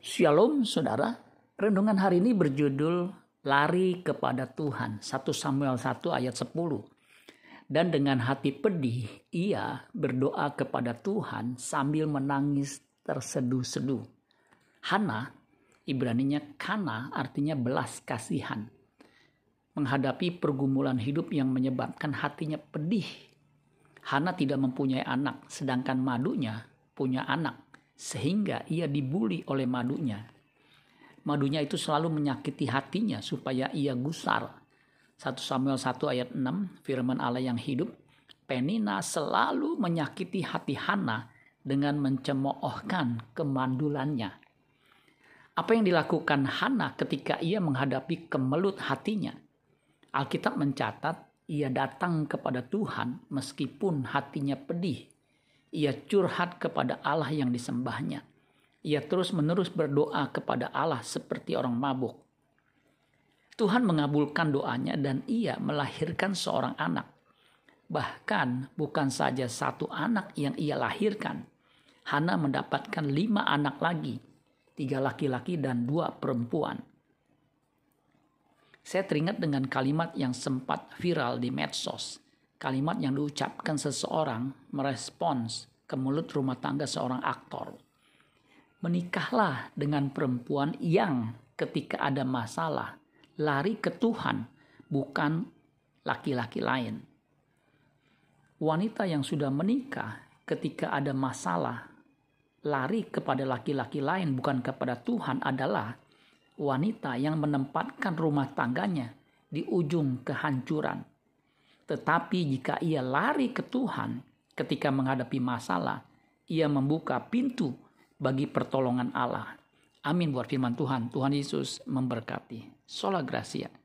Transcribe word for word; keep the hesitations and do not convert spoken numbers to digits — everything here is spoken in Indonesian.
Shalom saudara, renungan hari ini berjudul Lari kepada Tuhan, satu Samuel satu ayat sepuluh. Dan dengan hati pedih, ia berdoa kepada Tuhan sambil menangis terseduh-seduh. Hana, Ibraninya Kana, artinya belas kasihan. Menghadapi pergumulan hidup yang menyebabkan hatinya pedih. Hana tidak mempunyai anak, sedangkan madunya punya anak. Sehingga ia dibuli oleh madunya. Madunya itu selalu menyakiti hatinya supaya ia gusar. satu Samuel satu ayat enam, firman Allah yang hidup, Penina selalu menyakiti hati Hana dengan mencemoohkan kemandulannya. Apa yang dilakukan Hana ketika ia menghadapi kemelut hatinya? Alkitab mencatat ia datang kepada Tuhan meskipun hatinya pedih. Ia curhat kepada Allah yang disembahnya. Ia terus-menerus berdoa kepada Allah seperti orang mabuk. Tuhan mengabulkan doanya dan ia melahirkan seorang anak. Bahkan bukan saja satu anak yang ia lahirkan. Hana mendapatkan lima anak lagi. Tiga laki-laki dan dua perempuan. Saya teringat dengan kalimat yang sempat viral di medsos. Kalimat yang diucapkan seseorang merespons ke mulut rumah tangga seorang aktor. Menikahlah dengan perempuan yang ketika ada masalah lari ke Tuhan, bukan laki-laki lain. Wanita yang sudah menikah ketika ada masalah lari kepada laki-laki lain bukan kepada Tuhan adalah wanita yang menempatkan rumah tangganya di ujung kehancuran. Tetapi jika ia lari ke Tuhan ketika menghadapi masalah, ia membuka pintu bagi pertolongan Allah. Amin buat firman Tuhan. Tuhan Yesus memberkati. Sola Gracia.